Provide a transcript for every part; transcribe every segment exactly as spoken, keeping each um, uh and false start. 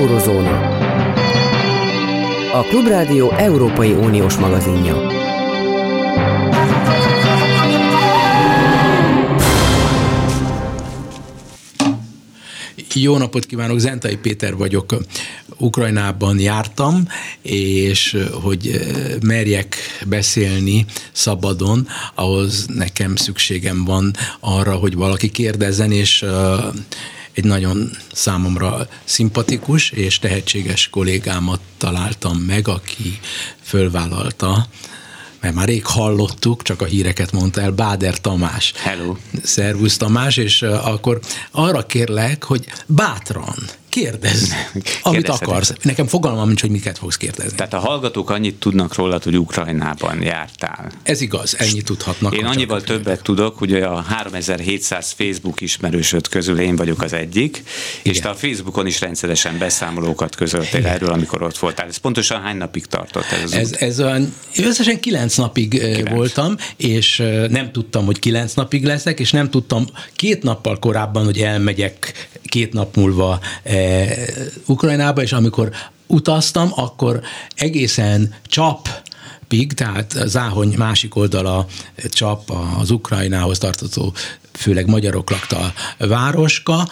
Eurozóna. A Klubrádió Európai Uniós magazinja. Jó napot kívánok, Zentai Péter vagyok. Ukrajnában jártam, és hogy merjek beszélni szabadon, ahhoz nekem szükségem van arra, hogy valaki kérdezzen, és egy nagyon számomra szimpatikus és tehetséges kollégámat találtam meg, aki fölvállalta, mert már rég hallottuk, csak a híreket mondta el, Báder Tamás. Hello. Szervusz Tamás, és akkor arra kérlek, hogy bátran kérdezz, amit akarsz. Nekem fogalmam nincs, hogy miket fogsz kérdezni. Tehát a hallgatók annyit tudnak rólad, hogy Ukrajnában jártál. Ez igaz, ennyit tudhatnak. Én annyival többet tudok, hogy a háromezer-hétszáz Facebook ismerősöd közül én vagyok az egyik, igen. És te a Facebookon is rendszeresen beszámolókat közöltél igen. erről, amikor ott voltál. Ez pontosan hány napig tartott ez az Ez, ez olyan, összesen kilenc napig kilenc. voltam, és nem tudtam, hogy kilenc napig leszek, és nem tudtam két nappal korábban, hogy elmegyek két nap múlva Ukrajnába, és amikor utaztam, akkor egészen Csapig, tehát Záhony másik oldala Csap, az Ukrajnához tartozó, főleg magyarok lakta a városka,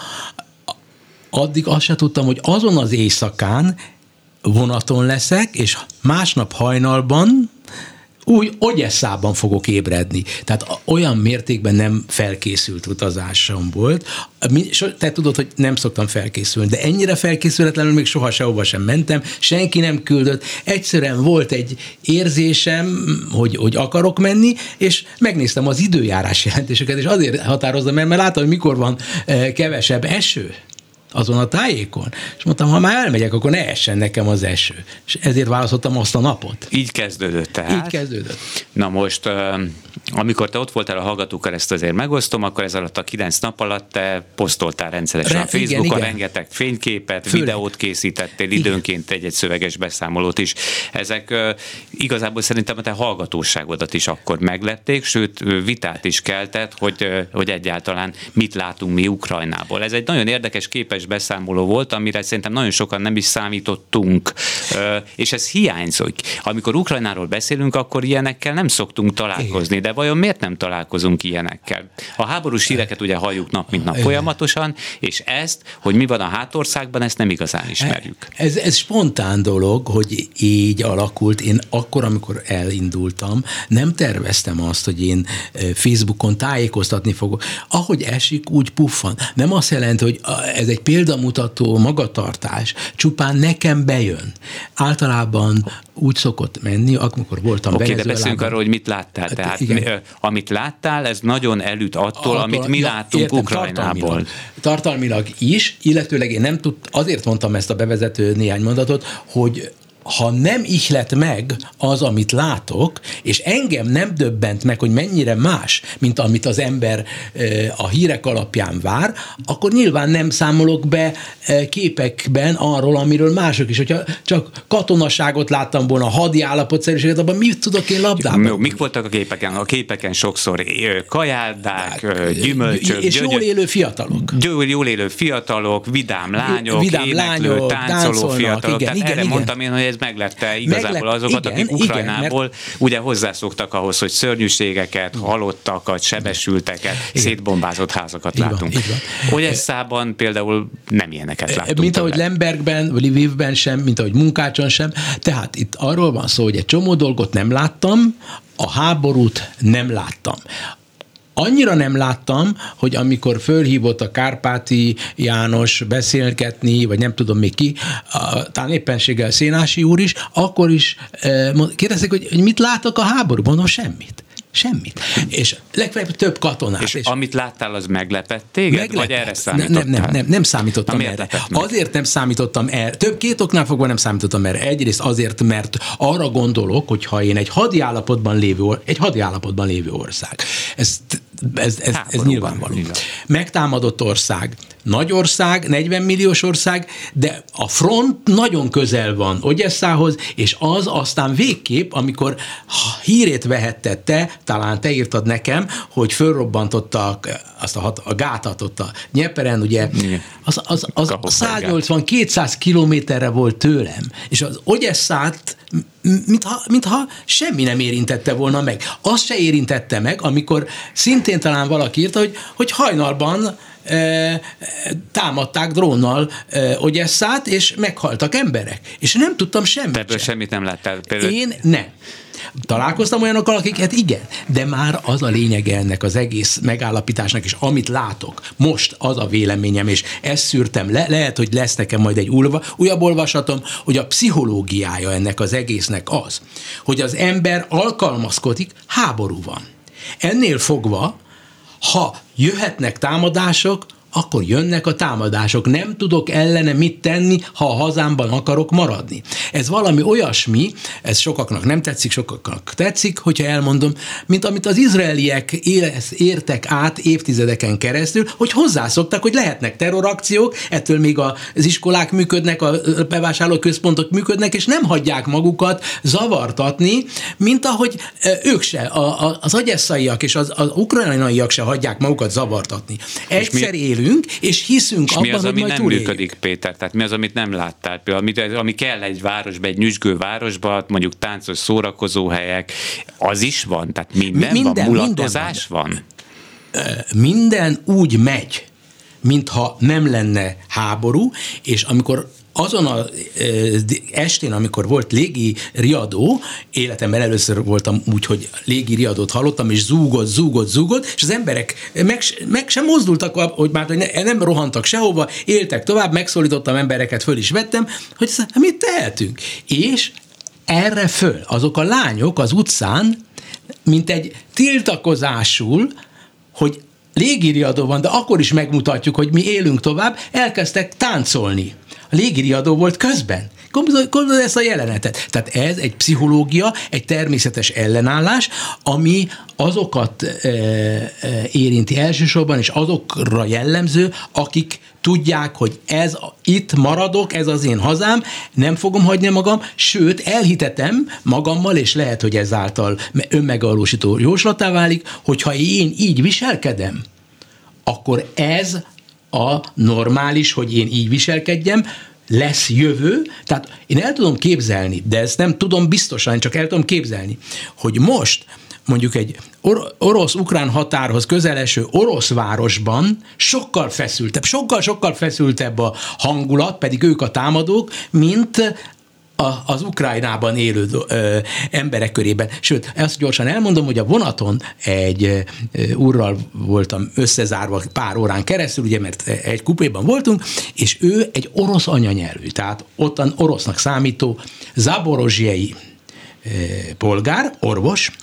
addig azt se tudtam, hogy azon az éjszakán vonaton leszek, és másnap hajnalban úgy Ogyesszában fogok ébredni. Tehát olyan mértékben nem felkészült utazásom volt. Te tudod, hogy nem szoktam felkészülni, de ennyire felkészületlenül még soha sehova sem mentem, senki nem küldött. Egyszerűen volt egy érzésem, hogy, hogy akarok menni, és megnéztem az időjárás jelentéseket, és azért határoztam el, mert láttam, hogy mikor van kevesebb eső azon a tájékon. És mondtam, ha már elmegyek, akkor ne essen nekem az eső. És ezért választottam azt a napot. Így kezdődött tehát? Így kezdődött. Na most, amikor te ott voltál a hallgatókkal, ezt azért megosztom, akkor ez alatt a kilenc nap alatt te posztoltál rendszeresen Re- a Facebookon, igen, igen. rengeteg fényképet, Főleg. videót készítettél, időnként egy-egy szöveges beszámolót is. Ezek igazából szerintem a te hallgatóságodat is akkor meglették, sőt, vitát is keltett, hogy, hogy egyáltalán mit látunk mi Ukrajnából. Ez egy nagyon érdekes képes beszámoló volt, amire szerintem nagyon sokan nem is számítottunk, és ez hiányzik. Amikor Ukrajnáról beszélünk, akkor ilyenekkel nem szoktunk találkozni, de vajon miért nem találkozunk ilyenekkel? A háborús híreket ugye halljuk nap mint nap folyamatosan, és ezt, hogy mi van a hátországban, ezt nem igazán ismerjük. Ez, ez spontán dolog, hogy így alakult. Én akkor, amikor elindultam, nem terveztem azt, hogy én Facebookon tájékoztatni fogok. Ahogy esik, úgy puffan. Nem azt jelenti, hogy ez egy példamutató magatartás, csupán nekem bejön. Általában úgy szokott menni, amikor voltam Oké, Venezuelában. de beszéljünk arról, hogy mit láttál. Hát, Tehát igen. amit láttál, ez nagyon elüt attól, attól amit mi ja, látunk értem, Ukrajnából. Tartalmilag, tartalmilag is, illetőleg én nem tud, azért mondtam ezt a bevezető néhány mondatot, hogy ha nem ihlet meg az, amit látok, és engem nem döbbent meg, hogy mennyire más, mint amit az ember a hírek alapján vár, akkor nyilván nem számolok be képekben arról, amiről mások is. Hogyha csak katonaságot láttam volna, hadi állapotszerűséget, abban mit tudok én labdában? Jó, mik voltak a képeken? A képeken sokszor kajáldák, gyümölcsök. És jól élő fiatalok. Jól élő fiatalok, vidám lányok, vidám éneklő, lányok, táncoló fiatalok. Igen, Tehát igen, erre igen. mondtam én, hogy ez meglepte igazából Meglep, azokat, igen, akik Ukrajnából igen, mert... ugye hozzászoktak ahhoz, hogy szörnyűségeket, halottakat, sebesülteket, igen. szétbombázott házakat így látunk. Ogyesszában például nem ilyeneket láttunk. Mint ahogy Lembergben, vagy Lvivben sem, mint ahogy Munkácson sem. Tehát itt arról van szó, hogy egy csomó dolgot nem láttam, a háborút nem láttam. Annyira nem láttam, hogy amikor fölhívott a Kárpáti János beszélgetni, vagy nem tudom még ki, a, talán éppenséggel Szénási úr is, akkor is e, kérdezték, hogy, hogy mit látok a háborúban, mondom, semmit. Semmit. És legfeljebb több katonát. És, és amit láttál, az meglepett téged? Meglepett. Vagy erre számítottál? Nem, nem, nem, nem számítottam erre. Azért nem számítottam erre. Több két oknál fogva nem számítottam erre. Egyrészt azért, mert arra gondolok, hogy ha én egy hadi állapotban lévő, egy hadi állapotban lévő ország. Ez ez, ez, ez nyilvánvaló. Igen. Megtámadott ország, nagy ország, negyven milliós ország, de a front nagyon közel van Ogyesszához, és az aztán végképp, amikor hírét vehetted te, talán te írtad nekem, hogy fölrobbantottak azt a, hat, a gátat ott a Nyeperen, ugye, az, az, az, az száznyolcvan-kétszáz kilométerre volt tőlem, és az Ogyesszát mintha, mintha semmi nem érintette volna meg. Azt se érintette meg, amikor szintén talán valaki írta, hogy, hogy hajnalban e, támadták drónnal e, Ogyesszát, és meghaltak emberek. És nem tudtam semmit. Ebből sem. semmit nem láttál? Például... Én nem. Találkoztam olyanokkal, akiket igen, de már az a lényege ennek az egész megállapításnak, és amit látok, most az a véleményem, és ezt szűrtem le, lehet, hogy lesz nekem majd egy ulva, újabb olvasatom, hogy a pszichológiája ennek az egésznek az, hogy az ember alkalmazkodik, háború van. Ennél fogva, ha jöhetnek támadások, akkor jönnek a támadások. Nem tudok ellene mit tenni, ha a hazámban akarok maradni. Ez valami olyasmi, ez sokaknak nem tetszik, sokaknak tetszik, hogyha elmondom, mint amit az izraeliek értek át évtizedeken keresztül, hogy hozzászoktak, hogy lehetnek terrorakciók, ettől még az iskolák működnek, a bevásárlóközpontok működnek, és nem hagyják magukat zavartatni, mint ahogy ők se, az ogyesszaiak és az, az ukrajnaiak se hagyják magukat zavartatni. Egyszer élünk, és hiszünk és abban, mi az, hogy ami majd nem túléljük. Működik, Péter? Tehát mi az, amit nem láttál? Például, ami, ami kell egy városba, egy nyüzsgő városba, mondjuk táncos szórakozóhelyek, az is van? Tehát minden, minden van? Mulatozás minden van? van? Minden úgy megy, mintha nem lenne háború, és amikor azon az estén, amikor volt légi riadó, életemben először voltam úgy, hogy légi riadót hallottam, és zúgott, zúgott, zúgott, és az emberek meg, meg sem mozdultak, hogy már ne, nem rohantak sehova, éltek tovább, megszólítottam embereket, föl is vettem, hogy mit tehetünk? És erre föl azok a lányok az utcán, mint egy tiltakozásul, hogy légiriadó van, de akkor is megmutatjuk, hogy mi élünk tovább, elkezdtek táncolni. A légiriadó volt közben. Gondolod ezt a jelenetet. Tehát ez egy pszichológia, egy természetes ellenállás, ami azokat e, e, érinti elsősorban, és azokra jellemző, akik tudják, hogy ez itt maradok, ez az én hazám, nem fogom hagyni magam, sőt, elhitetem magammal, és lehet, hogy ezáltal önmegvalósító jóslatá válik, hogyha én így viselkedem, akkor ez a normális, hogy én így viselkedjem, lesz jövő, tehát én el tudom képzelni, de ezt nem tudom biztosan, csak el tudom képzelni, hogy most mondjuk egy or- orosz-ukrán határhoz közeleső orosz városban sokkal feszültebb, sokkal-sokkal feszültebb a hangulat, pedig ők a támadók, mint a, az Ukrajnában élő ö, emberek körében. Sőt, ezt gyorsan elmondom, hogy a vonaton egy ö, úrral voltam összezárva pár órán keresztül, ugye, mert egy kupéban voltunk, és ő egy orosz anyanyelvű, tehát ottan orosznak számító zaporozsiai ö, polgár, orvos,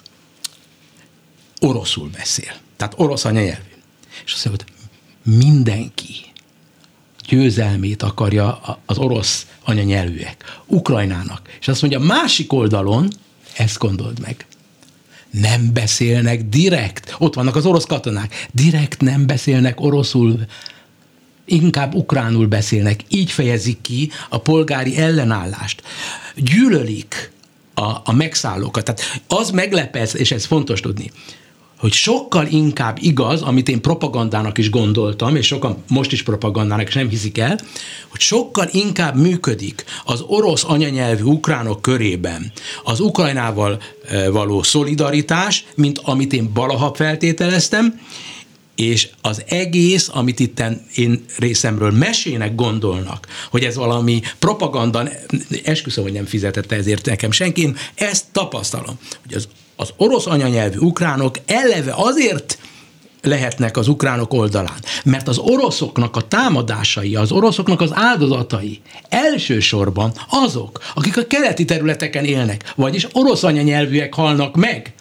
oroszul beszél. Tehát orosz anyanyelvű. És azt mondja, mindenki győzelmét akarja az orosz anyanyelvűek, Ukrajnának. És azt mondja, másik oldalon, ezt gondold meg, nem beszélnek direkt, ott vannak az orosz katonák, direkt nem beszélnek oroszul, inkább ukránul beszélnek, így fejezik ki a polgári ellenállást. Gyűlölik a, a megszállókat. Tehát az meglepesz, és ez fontos tudni, hogy sokkal inkább igaz, amit én propagandának is gondoltam, és sokan most is propagandának, és nem hiszik el, hogy sokkal inkább működik az orosz anyanyelvű ukránok körében az Ukrajnával való szolidaritás, mint amit én valaha feltételeztem, és az egész, amit itten én részemről mesének gondolnak, hogy ez valami propaganda, esküszöm, hogy nem fizetette ezért nekem senki, én ezt tapasztalom, hogy az Az orosz anyanyelvű ukránok eleve azért lehetnek az ukránok oldalán, mert az oroszoknak a támadásai, az oroszoknak az áldozatai elsősorban azok, akik a keleti területeken élnek, vagyis orosz anyanyelvűek halnak meg,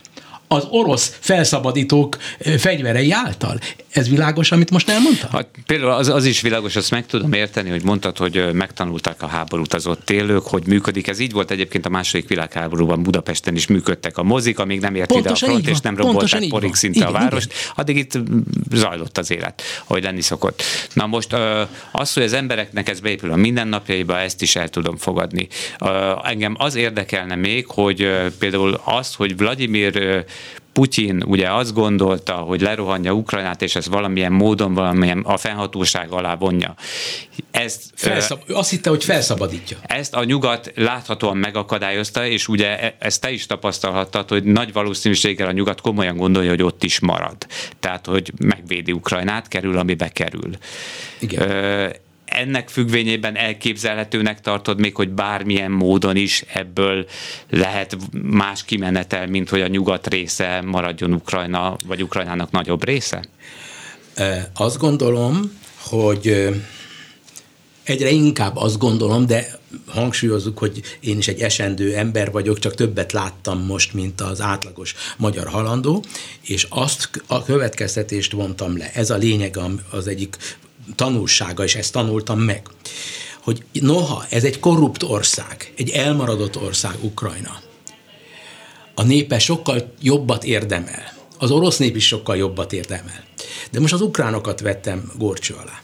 az orosz felszabadítók fegyverei által. Ez világos, amit most elmondtam? Hát, például az, az is világos, azt meg tudom érteni, hogy mondtad, hogy megtanulták a háborút az ott élők, hogy működik. Ez így volt egyébként a második világháborúban, Budapesten is működtek a mozik, amíg nem ért ide a front, és nem rombolták porig szinte igen, a várost. Igen. Addig itt zajlott az élet, ahogy lenni szokott. Na most az, hogy az embereknek ez beépül a mindennapjaiba, ezt is el tudom fogadni. Engem az érdekelne még, hogy például az, hogy Vladimir Putyin ugye azt gondolta, hogy lerohanja Ukrajnát, és ez valamilyen módon valamilyen a fennhatóság alá vonja. Ezt, Felszab- ö, azt hitte, hogy felszabadítja. Ezt a nyugat láthatóan megakadályozta, és ugye ezt te is tapasztalhattad, hogy nagy valószínűséggel a nyugat komolyan gondolja, hogy ott is marad. Tehát, hogy megvédi Ukrajnát, kerül, amibe kerül. Igen. Ö, ennek függvényében elképzelhetőnek tartod még, hogy bármilyen módon is ebből lehet más kimenetel, mint hogy a nyugat része maradjon Ukrajna, vagy Ukrajnának nagyobb része? Azt gondolom, hogy egyre inkább azt gondolom, de hangsúlyozzuk, hogy én is egy esendő ember vagyok, csak többet láttam most, mint az átlagos magyar halandó, és azt a következtetést vontam le. Ez a lényeg az egyik tanulsága, és ezt tanultam meg, hogy noha ez egy korrupt ország, egy elmaradott ország, Ukrajna, a népe sokkal jobbat érdemel. Az orosz nép is sokkal jobbat érdemel. De most az ukránokat vettem górcső alá.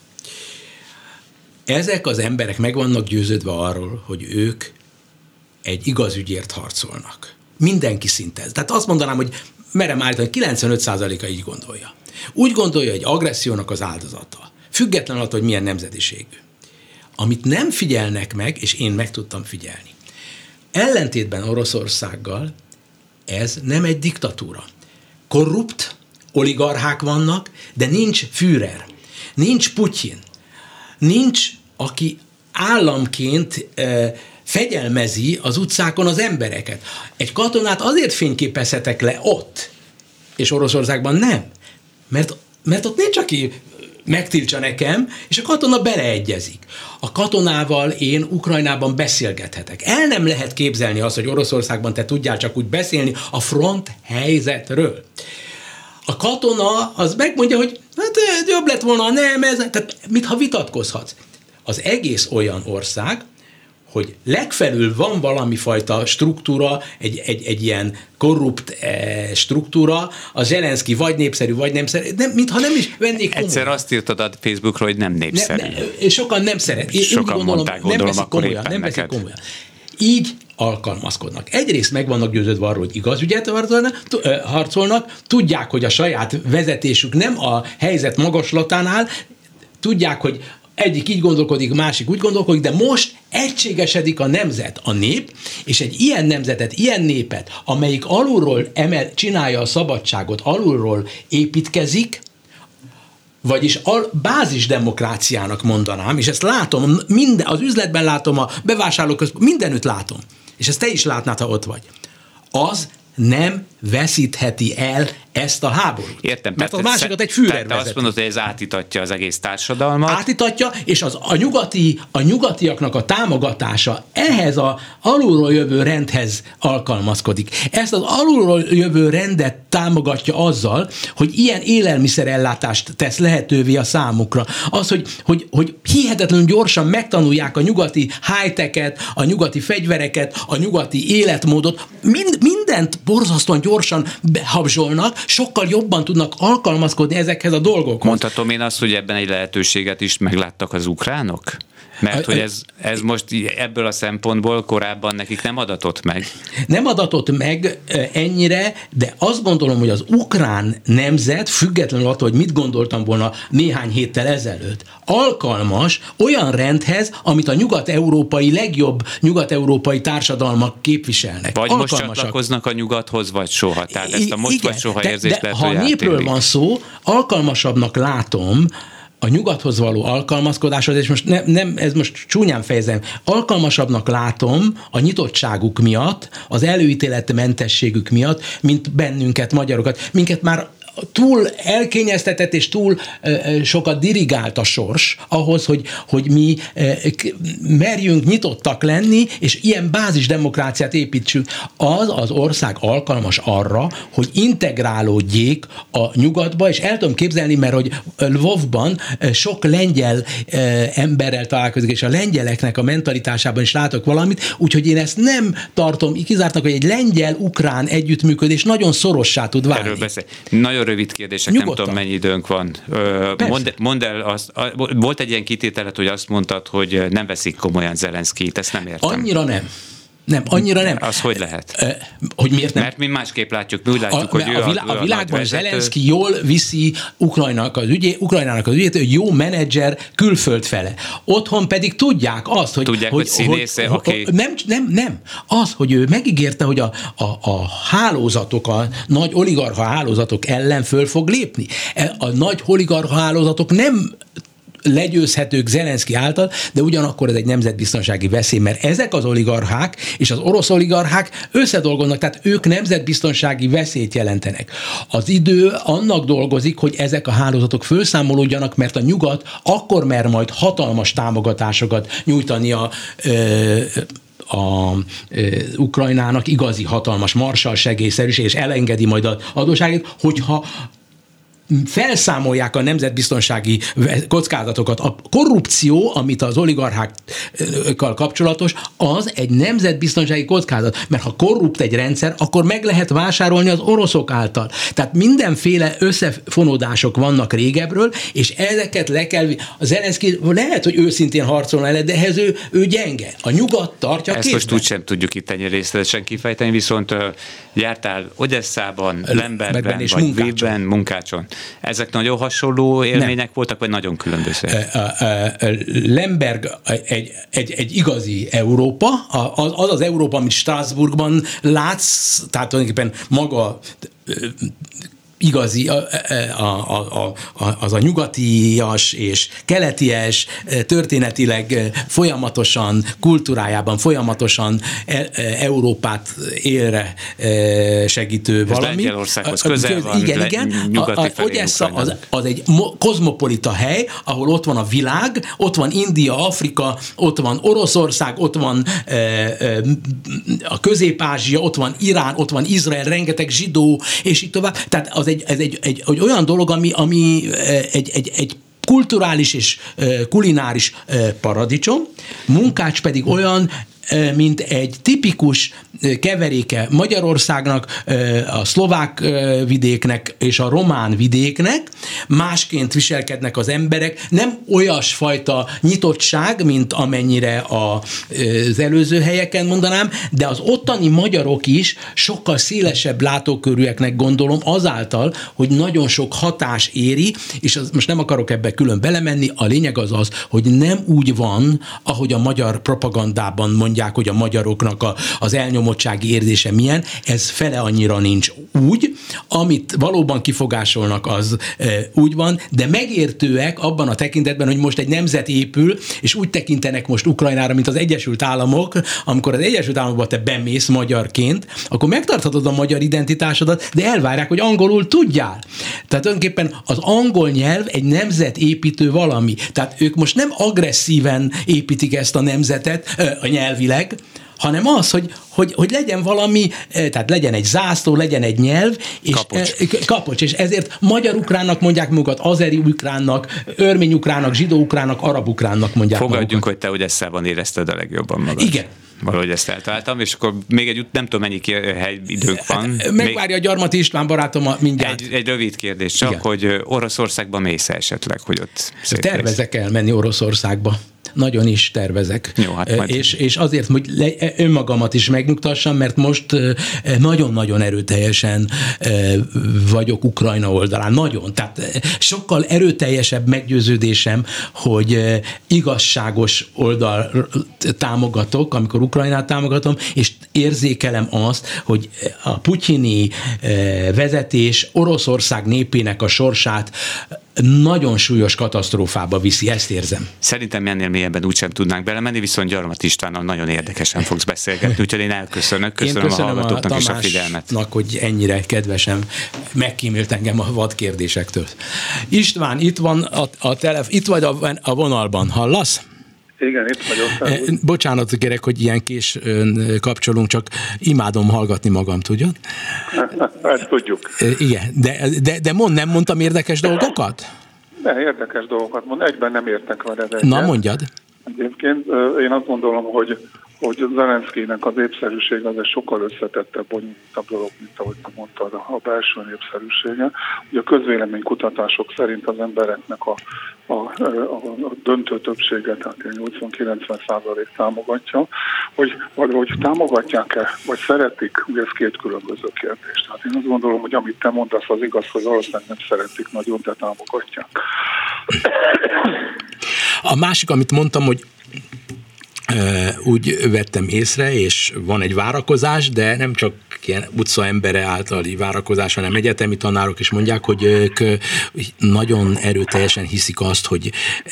Ezek az emberek meg vannak győződve arról, hogy ők egy igaz ügyért harcolnak. Mindenki szinte ez. Tehát azt mondanám, hogy merem állítani, kilencvenöt százaléka így gondolja. Úgy gondolja, hogy agressziónak az áldozata. Függetlenül attól, hogy milyen nemzetiségű. Amit nem figyelnek meg, és én meg tudtam figyelni. Ellentétben Oroszországgal ez nem egy diktatúra. Korrupt oligarchák vannak, de nincs Führer, nincs Putyin, nincs, aki államként e, fegyelmezi az utcákon az embereket. Egy katonát azért fényképezhetek le ott, és Oroszországban nem, mert, mert ott nincs, aki megtiltsa nekem, és a katona beleegyezik. A katonával én Ukrajnában beszélgethetek. El nem lehet képzelni azt, hogy Oroszországban te tudjál csak úgy beszélni a front helyzetről. A katona az megmondja, hogy hát jobb lett volna, nem, ez, tehát mintha vitatkozhatsz. Az egész olyan ország, hogy legfelül van valami fajta struktúra, egy, egy, egy ilyen korrupt eh, struktúra, a Zelenszky vagy népszerű, vagy nem szerű, de mintha nem is vennék komolyan. Egyszer azt írtad a Facebookról, hogy nem népszerű. Ne, ne, sokan nem szeret. Én sokan gondolom, mondták, gondolom, nem veszik akkor komolyan, nem veszik komolyan. Így alkalmazkodnak. Egyrészt meg vannak győződve arról, hogy igaz ügyet harcolnak, tudják, hogy a saját vezetésük nem a helyzet magaslatán áll, tudják, hogy egyik így gondolkodik, másik úgy gondolkodik, de most egységesedik a nemzet, a nép, és egy ilyen nemzetet, ilyen népet, amelyik alulról emel, csinálja a szabadságot, alulról építkezik, vagyis al, bázisdemokráciának mondanám, és ezt látom, minden, az üzletben látom, a bevásárlóközben, mindenütt látom, és ezt te is látnád, ha ott vagy. Az nem veszítheti el ezt a háborút. Értem. Mert a másikat egy Führer vezeti. Te azt mondod, hogy ez átítatja az egész társadalmat. Átítatja, és az, a, nyugati, a nyugatiaknak a támogatása ehhez a alulról jövő rendhez alkalmazkodik. Ezt az alulról jövő rendet támogatja azzal, hogy ilyen élelmiszerellátást tesz lehetővé a számukra. Az, hogy, hogy, hogy hihetetlenül gyorsan megtanulják a nyugati high-techet, a nyugati fegyvereket, a nyugati életmódot, mind, mindent borzasztóan gyorsan behabzsolnak, sokkal jobban tudnak alkalmazkodni ezekhez a dolgokhoz. Mondhatom én azt, hogy ebben egy lehetőséget is megláttak az ukránok? Mert hogy ez, ez most ebből a szempontból korábban nekik nem adatott meg. Nem adatott meg ennyire, de azt gondolom, hogy az ukrán nemzet, függetlenül attól, hogy mit gondoltam volna néhány héttel ezelőtt, alkalmas olyan rendhez, amit a nyugat-európai, legjobb nyugat-európai társadalmak képviselnek. Vagy most csatlakoznak a nyugathoz, vagy soha. Tehát ezt a most igen, vagy soha érzést lehet, ha a népről átélik. Van szó, alkalmasabbnak látom a nyugathoz való alkalmazkodáshoz, és most nem, nem, ez most csúnyán fejezem, alkalmasabbnak látom a nyitottságuk miatt, az előítéletmentességük miatt, mint bennünket, magyarokat. Minket már túl elkényeztetett és túl sokat dirigált a sors ahhoz, hogy, hogy mi merjünk nyitottak lenni, és ilyen bázisdemokráciát építsünk. Az az ország alkalmas arra, hogy integrálódjék a nyugatba, és el tudom képzelni, mert hogy Lvovban sok lengyel emberrel találkozik, és a lengyeleknek a mentalitásában is látok valamit, úgyhogy én ezt nem tartom kizártnak, hogy egy lengyel-ukrán együttműködés nagyon szorossá tud válni. Erről beszél. Nagyon rövid kérdések, nyugodtan. Nem tudom, mennyi időnk van. Mondd, mondd el, azt, volt egy ilyen kitételet, hogy azt mondtad, hogy nem veszik komolyan Zelenszkijt, ezt nem értem. Annyira nem. Nem, annyira nem. Az hogy lehet? Hogy miért nem? Mert mi másképp látjuk, mi úgy látjuk, a, hogy ő a, vilá, a, a, a világban Zelenszkij jól viszi Ukrajnának az ügyét, Ukrajnának az ügyét, hogy jó menedzser külföld fele. Otthon pedig tudják azt, hogy... Tudják, hogy, hogy színésze, hogy, okay. Nem, nem, nem. Az, hogy ő megígérte, hogy a, a, a hálózatok, a nagy oligarcha hálózatok ellen föl fog lépni. A nagy oligarcha hálózatok nem legyőzhetők Zelenszkij által, de ugyanakkor ez egy nemzetbiztonsági veszély, mert ezek az oligarchák és az orosz oligarchák összedolgoznak, tehát ők nemzetbiztonsági veszélyt jelentenek. Az idő annak dolgozik, hogy ezek a hálózatok felszámolódjanak, mert a nyugat akkor mer majd hatalmas támogatásokat nyújtani a a e, Ukrajnának igazi hatalmas Marshall segélyszerűség, és elengedi majd az adósságét, hogyha felszámolják a nemzetbiztonsági kockázatokat. A korrupció, amit az oligarchákkal kapcsolatos, az egy nemzetbiztonsági kockázat. Mert ha korrupt egy rendszer, akkor meg lehet vásárolni az oroszok által. Tehát mindenféle összefonódások vannak régebről, és ezeket le kell... A Zelenszkij lehet, hogy őszintén harcolna el, de ehhez ő, ő gyenge. A nyugat tartja Ezt kézben. most úgy sem tudjuk itt ennyi részletesen kifejteni, viszont uh, jártál Odesszában, Lembergben, vagy Lvivben, Munkácson. Ezek nagyon hasonló élmények Nem. voltak, vagy nagyon különbözőek? Lemberg egy, egy, egy igazi Európa, az az Európa, amit Strasbourgban látsz, tehát tulajdonképpen maga igazi, a, a, a, a, az a nyugatias és keletias, történetileg folyamatosan, kultúrájában folyamatosan Európát élre segítő valami. Ez Lengyelországhoz közel van. Igen, le, igen. A, a Odessa az, az egy kozmopolita hely, ahol ott van a világ, ott van India, Afrika, ott van Oroszország, ott van e, e, a Közép-Ázsia, ott van Irán, ott van Izrael, rengeteg zsidó, és így tovább. Tehát az egy, ez egy, egy, egy olyan dolog, ami, ami egy, egy, egy kulturális és kulináris paradicsom, Munkács pedig olyan, mint egy tipikus keveréke Magyarországnak, a szlovák vidéknek és a román vidéknek, másként viselkednek az emberek, nem olyasfajta nyitottság, mint amennyire az előző helyeken mondanám, de az ottani magyarok is sokkal szélesebb látókörűeknek gondolom azáltal, hogy nagyon sok hatás éri, és az, most nem akarok ebbe külön belemenni, a lényeg az az, hogy nem úgy van, ahogy a magyar propagandában mondják, mondják, hogy a magyaroknak a, az elnyomottsági érzése milyen, ez fele annyira nincs úgy, amit valóban kifogásolnak, az e, úgy van, de megértőek abban a tekintetben, hogy most egy nemzet épül, és úgy tekintenek most Ukrajnára, mint az Egyesült Államok, amikor az Egyesült Államokba te bemész magyarként, akkor megtarthatod a magyar identitásodat, de elvárják, hogy angolul tudjál. Tehát tulajdonképpen az angol nyelv egy nemzetépítő valami. Tehát ők most nem agresszíven építik ezt a nemzetet, a nyelvileg, hanem az, hogy, hogy, hogy legyen valami, tehát legyen egy zászló, legyen egy nyelv, és kapocs, kapocs és ezért magyar-ukránnak mondják magukat, azeri-ukránnak, örmény-ukránnak, zsidó-ukránnak, arab-ukránnak mondják Fogadjunk, magukat. hogy te Odesszában érezted a legjobban magad. Igen. Valahogy ezt eltaláltam, és akkor még egy, nem tudom, mennyi hely időnk van. Megvárja még... a Gyarmati István barátom mindjárt. Egy, egy rövid kérdés csak, Igen. hogy Oroszországban mész esetleg, hogy ott szétvész. Tervezek elmenni Oroszországba. Nagyon is tervezek. Jó, hát majd... és, és azért, hogy önmagamat is megnyugtassam, mert most nagyon-nagyon erőteljesen vagyok Ukrajna oldalán. Nagyon. Tehát sokkal erőteljesebb meggyőződésem, hogy igazságos oldal támogatok, amikor Ukrajnát támogatom, és érzékelem azt, hogy a putyini vezetés Oroszország népének a sorsát nagyon súlyos katasztrófába viszi, ezt érzem. Szerintem ennél mélyebben úgysem tudnánk belemenni, viszont Gyarmat Istvánnal nagyon érdekesen fogsz beszélgetni, úgyhogy én elköszönök. Köszönöm, én köszönöm a hallgatóknak és a figyelmet. Hogy ennyire kedvesen megkímélt engem a vad kérdésektől. István, itt van a, a telef, itt vagy a, a vonalban, hallasz? Igen, itt vagyok. Bocsánat kérek, hogy ilyen későn kapcsolunk, csak imádom hallgatni magam, tudod? Ezt tudjuk. Igen, de, de, de mond, nem mondtam érdekes dolgokat? De érdekes dolgokat mond, egyben nem értek vele. Na, mondjad. Egyébként én azt gondolom, hogy hogy Zelenszkijnek az népszerűség az egy sokkal összetettebb, bonyolultabb dolog, mint ahogy te mondtad, a belső népszerűsége. Ugye a közvéleménykutatások szerint az embereknek a, a, a, a döntő többsége, tehát nyolcvan-kilencven százalék támogatja, hogy, hogy támogatják-e, vagy szeretik, ugye ez két különböző kérdés. Tehát én azt gondolom, hogy amit te mondasz, az igaz, hogy valószínűleg nem szeretik nagyon, de támogatják. A másik, amit mondtam, hogy úgy vettem észre, és van egy várakozás, de nem csak ilyen utca embere általi várakozás, hanem egyetemi tanárok is mondják, hogy ők nagyon erőteljesen hiszik azt, hogy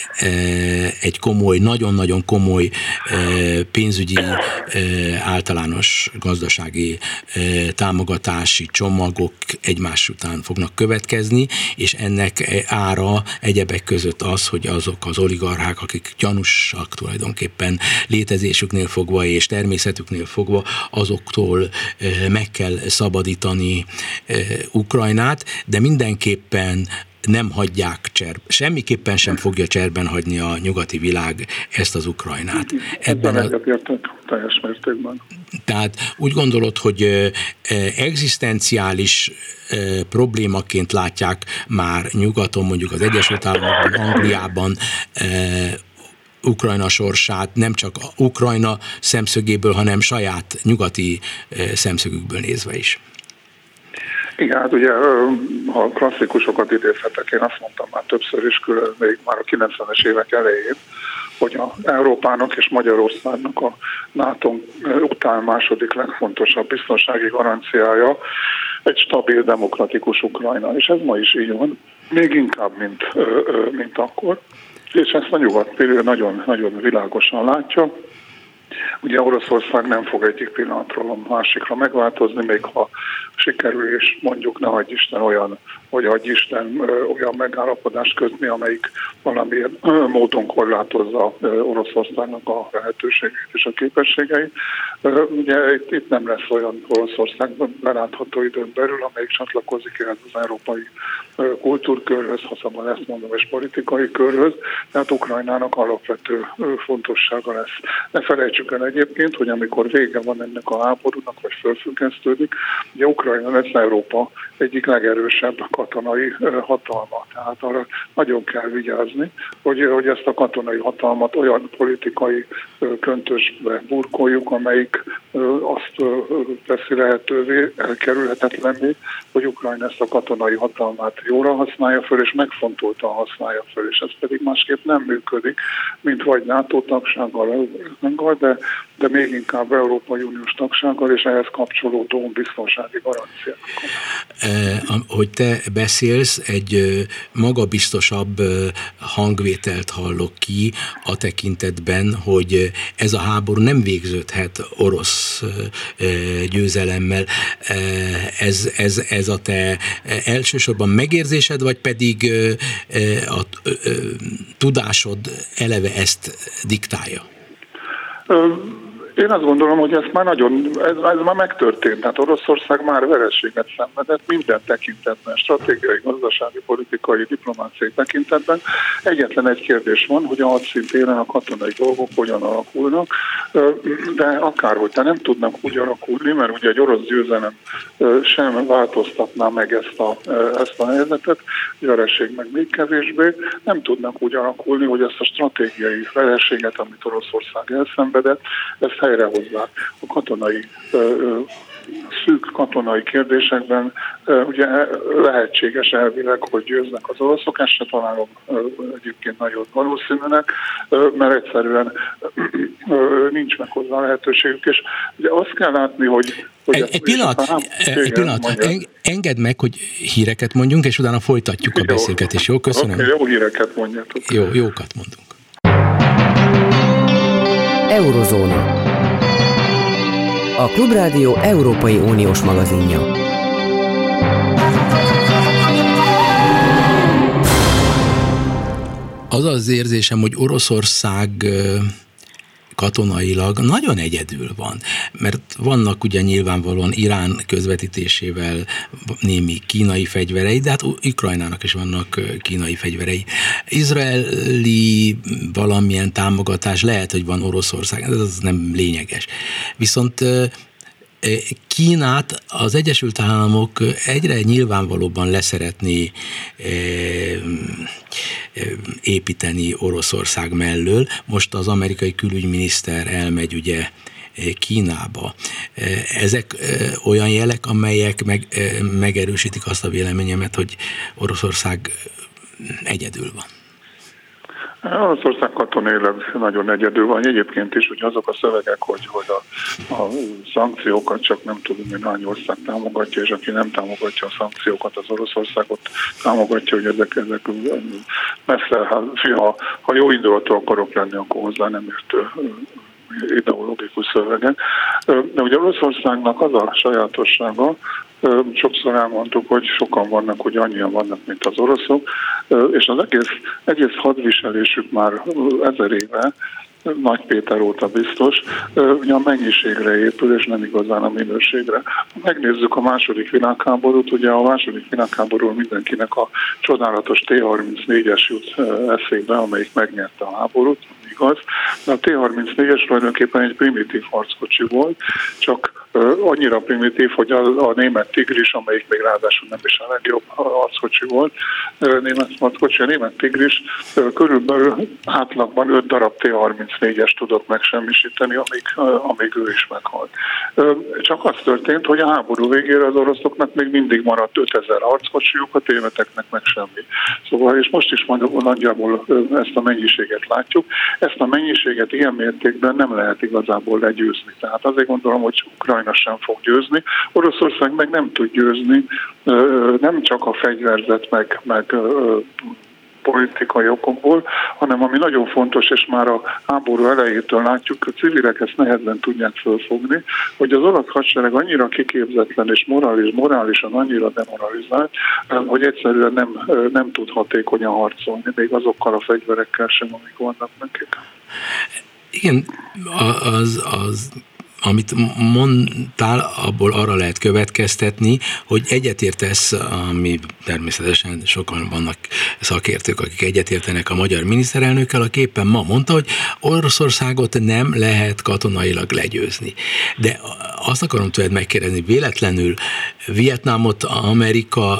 egy komoly, nagyon-nagyon komoly pénzügyi, általános gazdasági támogatási csomagok egymás után fognak következni, és ennek ára egyebek között az, hogy azok az oligarchák, akik gyanúsak tulajdonképpen létezésüknél fogva és természetüknél fogva, azoktól meg kell szabadítani Ukrajnát, de mindenképpen nem hagyják cserb, semmiképpen sem fogja cserben hagyni a nyugati világ ezt az Ukrajnát. Ebben a... teljes mértékben. Tehát úgy gondolod, hogy egzisztenciális problémaként látják már nyugaton, mondjuk az Egyesült Államokban, Angliában Ukrajna sorsát, nem csak Ukrajna szemszögéből, hanem saját nyugati szemszögükből nézve is. Igen, hát ugye, ha klasszikusokat idézhetek, én azt mondtam már többször is, külön, még már a kilencvenes évek elején, hogy a Európának és Magyarországnak a NATO után második legfontosabb biztonsági garanciája egy stabil, demokratikus Ukrajna. És ez ma is így van, még inkább, mint, mint akkor. És ezt a nyugat nagyon, nagyon világosan látja. Ugye Oroszország nem fog egyik pillanatról a másikra megváltozni, még ha sikerül, és mondjuk ne hagyj Isten olyan, hogy hagyj Isten olyan megállapodást kötni, amelyik valamilyen módon korlátozza Oroszországnak a lehetőségét és a képességeit. Ugye itt, itt nem lesz olyan Oroszországban belátható időn belül, amelyik csatlakozik ehhez az európai kultúrkörhöz, ha szabad ezt mondom, és politikai körhöz, tehát Ukrajnának alapvető fontossága lesz. Ne felejtsük el egyébként, hogy amikor vége van ennek a háborúnak, vagy fölfüggesztődik, ugye Ukrajna lesz Európa egyik legerősebb katonai hatalma. Tehát arra nagyon kell vigyázni, hogy, hogy ezt a katonai hatalmat olyan politikai köntösbe burkoljuk, amelyik azt teszi lehetővé, elkerülhetetlenné, hogy Ukrajna ezt a katonai hatalmát jóra használja föl, és megfontoltan használja föl, és ez pedig másképp nem működik, mint vagy NATO tagsággal, de, de még inkább Európai Uniós tagsággal, és ehhez kapcsolódó biztonsági garanciákkal. Hogy te beszélsz, egy magabiztosabb hangvételt hallok ki a tekintetben, hogy ez a háború nem végződhet orosz győzelemmel. Ez, ez, ez a te elsősorban megérzésed, vagy pedig a tudásod eleve ezt diktálja? Én azt gondolom, hogy ez már nagyon, ez, ez már megtörtént. Tehát Oroszország már vereséget szenvedett minden tekintetben, stratégiai, gazdasági, politikai, diplomáciai tekintetben. Egyetlen egy kérdés van, hogy a hadszintéren a katonai dolgok hogyan alakulnak, de akárhogy te nem tudnak úgy alakulni, mert ugye egy orosz győzelem sem változtatná meg ezt a, ezt a helyzetet, vereség meg még kevésbé, nem tudnak úgy alakulni, hogy ezt a stratégiai vereséget, amit Oroszország elszenvedett, ezt helyrehozzák a katonai szűk katonai kérdésekben ugye lehetséges elvileg, hogy győznek az oroszok, ezt se találom egyébként nagyon valószínűnek, mert egyszerűen nincs meg hozzá lehetőségük, és ugye azt kell látni, hogy... hogy egy, egy pillanat, rám, egy pillanat. Engedd meg, hogy híreket mondjunk, és utána folytatjuk a beszélgetést. Jó, köszönöm. Okay, jó híreket mondjatok. Jó, jókat mondunk. Eurozóna. A Klubrádió Európai Uniós magazinja. Az az érzésem, hogy Oroszország katonailag nagyon egyedül van, mert vannak ugye nyilvánvalóan Irán közvetítésével némi kínai fegyverei, de hát Ukrajnának is vannak kínai fegyverei. Izraeli valamilyen támogatás lehet, hogy van Oroszország, ez az nem lényeges. Viszont Kínát az Egyesült Államok egyre nyilvánvalóbban leszeretné építeni Oroszország mellől. Most az amerikai külügyminiszter elmegy ugye Kínába. Ezek olyan jelek, amelyek meg, megerősítik azt a véleményemet, hogy Oroszország egyedül van. Oroszország katonailag nagyon egyedül van. Egyébként is, hogy azok a szövegek, hogy, hogy a, a szankciókat csak nem tudom, hogy hány ország támogatja, és aki nem támogatja a szankciókat, az Oroszországot támogatja, hogy ezek, ezek messze, ha, ha jó indulatú akarok lenni, akkor hozzá nem értő ideológikus szövegek. De ugye Oroszországnak az a sajátossága, sokszor elmondtuk, hogy sokan vannak, hogy annyian vannak, mint az oroszok, és az egész, egész hadviselésük már ezer éve, Nagy Péter óta biztos, ugye a mennyiségre épül, és nem igazán a minőségre. Megnézzük a második világháborút, ugye a második világháborúról mindenkinek a csodálatos té harmincnégyes jut eszébe, amelyik megnyerte a háborút, igaz. De a té harmincnégyes tulajdonképpen egy primitív harckocsi volt, csak annyira primitív, hogy a, a német Tigris, amelyik még ráadásul nem is a legjobb harckocsi volt, német harckocsi, a német Tigris körülbelül átlagban öt darab té harmincnégyes tudott megsemmisíteni, amíg, amíg ő is meghalt. Csak az történt, hogy a háború végére az oroszoknak még mindig maradt ötezer harckocsijuk, a németeknek meg semmi. Szóval, és most is nagyjából ezt a mennyiséget látjuk. Ezt a mennyiséget ilyen mértékben nem lehet igazából legyőzni. Tehát azért gondolom, hogy Ukrajna sem fog győzni. Oroszország meg nem tud győzni, nem csak a fegyverzet, meg, meg politikai okokból, hanem ami nagyon fontos, és már a háború elejétől látjuk, a civilek ezt nehezen tudják fölfogni, hogy az orosz hadsereg annyira kiképzetlen és morális, morálisan annyira demoralizált, hogy egyszerűen nem, nem tud hatékonyan harcolni, még azokkal a fegyverekkel sem, amik vannak nekik. Igen, az... az... amit mondtál, abból arra lehet következtetni, hogy egyetértesz, ami természetesen sokan vannak szakértők, akik egyetértenek a magyar miniszterelnökkel, aki éppen ma mondta, hogy Oroszországot nem lehet katonailag legyőzni. De azt akarom tőled megkérdezni, véletlenül Vietnámot Amerika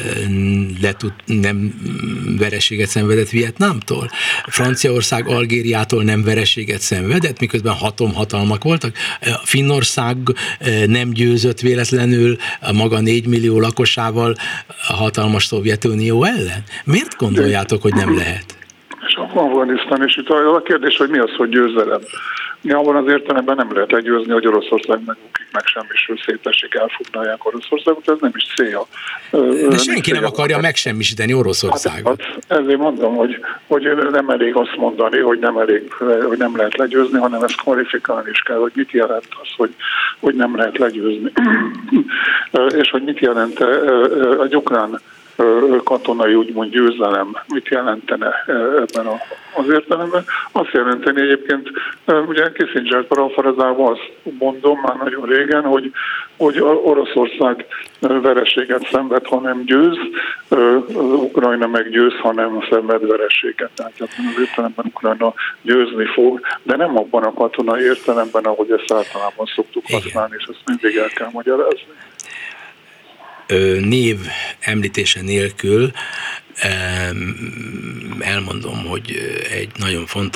letud, nem vereséget szenvedett Vietnámtól? Franciaország Algériától nem vereséget szenvedett, miközben atomhatalmak voltak? Finnország nem győzött véletlenül a maga négy millió lakosával a hatalmas Szovjetunió ellen? Miért gondoljátok, hogy nem lehet? És Afganisztán, és itt a kérdés, hogy mi az, hogy győzelem. Ja, abban az értelemben nem lehet legyőzni, hogy Oroszország megbukik, meg semmisül szétesik, elfoglalják Oroszországot, ez nem is célja. De senki nem akarja megsemmisíteni Oroszországot. Hát, hát ezért mondom, hogy, hogy nem elég azt mondani, hogy nem, elég, hogy nem lehet legyőzni, hanem ezt kvalifikálni is kell, hogy mit jelent az, hogy, hogy nem lehet legyőzni. És hogy mit jelent egy ukrán katonai úgymond győzelem, mit jelentene ebben az értelemben. Azt jelenteni egyébként, ugye Kissinger parafrazálva azt mondom már nagyon régen, hogy, hogy Oroszország vereséget szenved, ha nem győz, Ukrajna meg győz, ha nem szenved vereséget. Tehát ebben az értelemben Ukrajna győzni fog, de nem abban a katonai értelemben, ahogy ezt általában szoktuk használni, és ezt mindig el kell magyarázni. Név említése nélkül elmondom, hogy egy nagyon fontos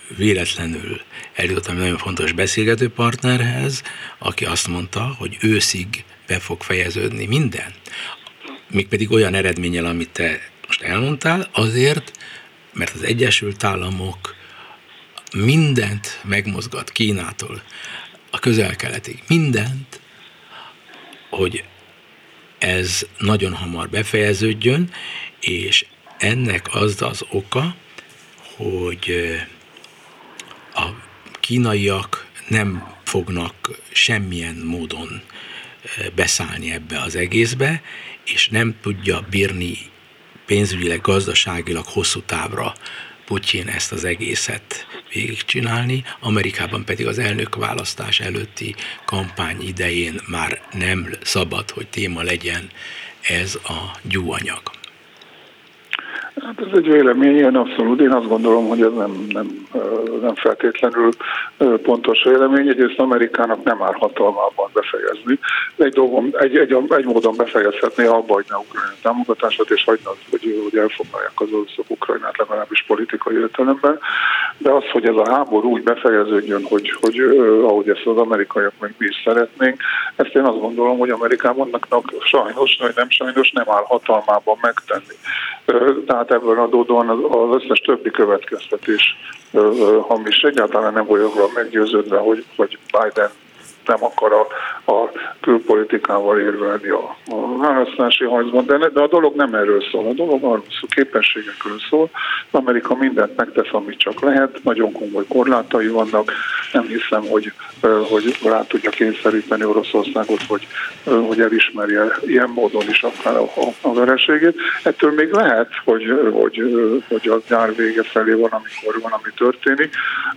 véletlenül eljutottam nagyon fontos beszélgető partnerhez, aki azt mondta, hogy őszig be fog fejeződni minden. Mégpedig olyan eredménnyel, amit te most elmondtál, azért, mert az Egyesült Államok mindent megmozgat Kínától a közel-keletig, mindent, hogy ez nagyon hamar befejeződjön, és ennek az az oka, hogy a kínaiak nem fognak semmilyen módon beszállni ebbe az egészbe, és nem tudja bírni pénzügyileg, gazdaságilag hosszú távra Putyin ezt az egészet végigcsinálni, Amerikában pedig az elnökválasztás előtti kampány idején már nem szabad, hogy téma legyen ez a gyúanyag. Hát ez egy vélemény, én abszolút, én azt gondolom, hogy ez nem, nem, nem feltétlenül pontos vélemény. Egyrészt Amerikának nem áll hatalmában befejezni. Egy, dolgom, egy, egy, egy módon befejezhetné, abba hagyna Ukrajna támogatását, és hagyna, hogy, hogy elfoglalják az oroszok Ukrajnát, legalábbis politikai értelemben. De az, hogy ez a háború úgy befejeződjön, hogy, hogy ahogy ezt az amerikaiak meg mi is szeretnénk, ezt én azt gondolom, hogy Amerikában sajnos, vagy nem sajnos nem áll hatalmában megtenni. Tehát ebből adódóan az összes többi következtetés hamis. Egyáltalán nem vagyok meggyőződve, hogy, hogy Biden nem akar a, a külpolitikával érvelni a, a választási harcban, de, de a dolog nem erről szól. A dolog arról szól, képességekről szól. Amerika mindent megtesz, amit csak lehet, nagyon komoly korlátai vannak. Nem hiszem, hogy, hogy rá tudja kényszeríteni Oroszországot, hogy, hogy elismerje ilyen módon is akár a, a, a vereségét. Ettől még lehet, hogy, hogy, hogy a nyár vége felé van, amikor van, ami történik,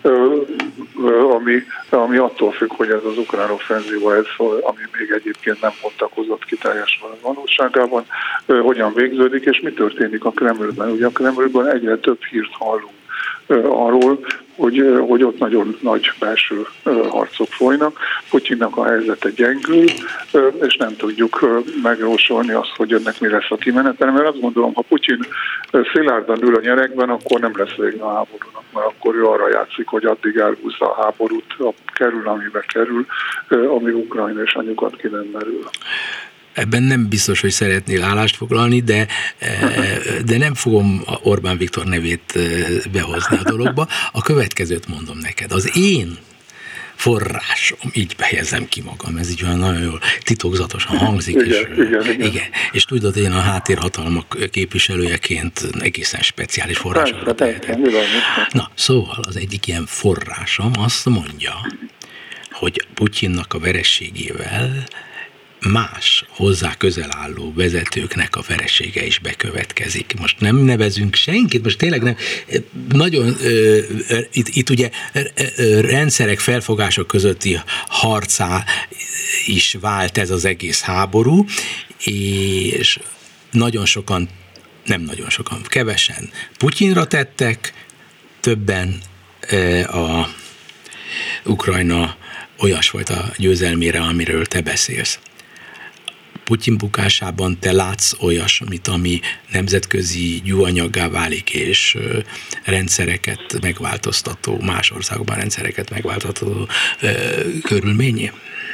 ami, ami attól függ, hogy ez az ukrán offenzíva, ez, ami még egyébként nem bontakozott ki teljesen a valóságában, hogyan végződik, és mi történik a Kremlben. Ugye a Kremlben egyre több hírt hallunk arról, hogy, hogy ott nagyon nagy belső harcok folynak. Putyinnak a helyzete gyengül, és nem tudjuk megjósolni azt, hogy ennek mi lesz a kimenetele, mert azt gondolom, ha Putyin szilárdan ül a nyerekben, akkor nem lesz vége a háborúnak, mert akkor ő arra játszik, hogy addig elhúzza a háborút, kerül, amibe kerül, ami Ukrajna és a nyugat ki nem merül. Ebben nem biztos, hogy szeretnél állást foglalni, de, de nem fogom Orbán Viktor nevét behozni a dologba. A következőt mondom neked. Az én forrásom, így fejezem ki magam, ez így olyan nagyon jól titokzatosan hangzik. Igen, és, igen, igen. igen. És tudod, én a háttérhatalmak képviselőjeként egészen speciális forrásokra tehetek. Na, szóval az egyik ilyen forrásom azt mondja, hogy Putyinnak a vereségével más hozzá közel álló vezetőknek a veresége is bekövetkezik. Most nem nevezünk senkit, most tényleg nem, nagyon ö, itt, itt ugye rendszerek, felfogások közötti harcá is vált ez az egész háború, és nagyon sokan, nem nagyon sokan, kevesen Putyinra tettek, többen a Ukrajna olyasfajta győzelmére, amiről te beszélsz. Putyin bukásában te látsz olyasmit, ami nemzetközi gyúanyaggá válik, és rendszereket megváltoztató, más országokban rendszereket megváltoztató körülményé?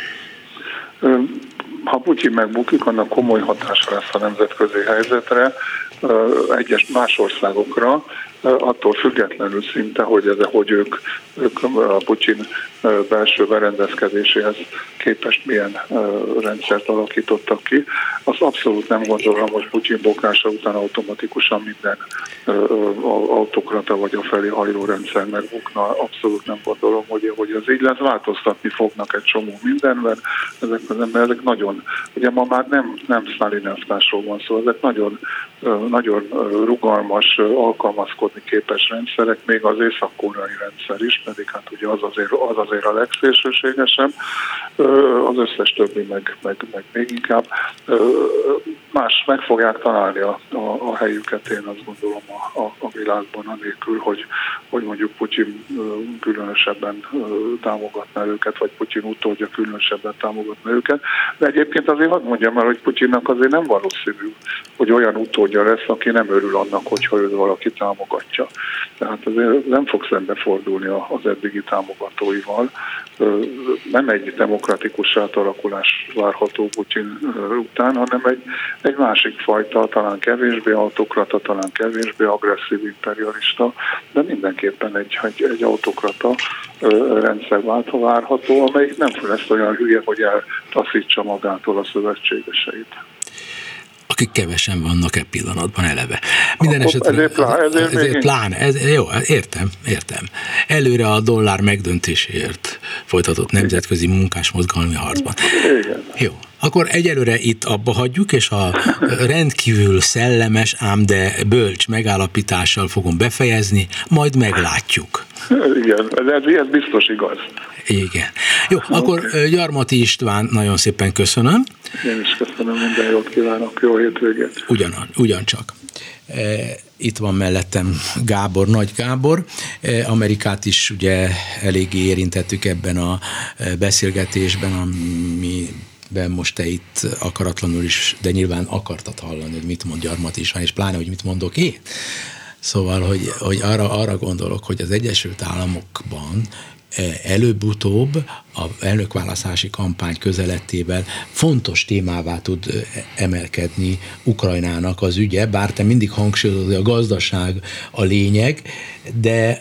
Ha Putyin megbukik, annak komoly hatása lesz a nemzetközi helyzetre, egyes más országokra, attól függetlenül szinte, hogy, ez, hogy ők, ők a Putyin belső berendezkedéséhez képest milyen rendszert alakítottak ki. Azt abszolút nem gondolom, hogy Putyin bukása után automatikusan minden autokrata vagy a felé hajló rendszer megbukna. Abszolút nem gondolom, hogy, hogy ez így lesz. Változtatni fognak egy csomó mindenben. Ezek, ezek nagyon, ugye ma már nem, nem sztálinelvtársról van szó, ezek nagyon, nagyon rugalmas, alkalmazkodni képes rendszerek, még az észak-koreai rendszer is, pedig hát ugye az azért, az azért a legszélsőségesebb, az összes többi meg, meg, meg még inkább. Más meg fogják találni a, a, a helyüket, én azt gondolom a, a, a világban, anélkül, hogy, hogy mondjuk Putyin különösebben támogatná őket, vagy Putyin utódja különösebben támogatná őket. De egyébként azért hadd mondjam el, hogy Putyinnak azért nem valószínű, hogy olyan utódja lesz, aki nem örül annak, hogyha őt valaki támogatja. Tehát azért nem fog szembefordulni az eddigi támogatóival. Nem egy demokratikus átalakulás várható Putyin után, hanem egy, egy másik fajta, talán kevésbé autokrata, talán kevésbé agresszív imperialista, de mindenképpen egy, egy, egy autokrata rendszerváltó várható, amelyik nem lesz olyan hülye, hogy eltaszítsa magától a szövetségeseit. Akik kevesen vannak e pillanatban eleve. Minden Akkor esetre ezért, plán, ezért, ezért pláne, ez, jó, értem, értem. Előre a dollár megdöntéséért folytatott nemzetközi munkásmozgalmi harcban. Igen. Jó. Akkor egyelőre itt abba hagyjuk, és a rendkívül szellemes, ám de bölcs megállapítással fogom befejezni, majd meglátjuk. Igen, ez, ez biztos igaz. Igen. Jó, akkor okay. Gyarmati István, nagyon szépen köszönöm. Én is köszönöm, minden jót kívánok, jó hétvégét. Ugyan, ugyancsak. Itt van mellettem Gábor, Nagy Gábor. Amerikát is ugye eléggé érintettük ebben a beszélgetésben, amiben most te itt akaratlanul is, de nyilván akartad hallani, hogy mit mond Gyarmati István, és pláne, hogy mit mondok én. Szóval, hogy, hogy arra, arra gondolok, hogy az Egyesült Államokban előbb-utóbb a elnökválasztási kampány közelettével fontos témává tud emelkedni Ukrajnának az ügye, bár te mindig hangsúlyozod, hogy a gazdaság a lényeg, de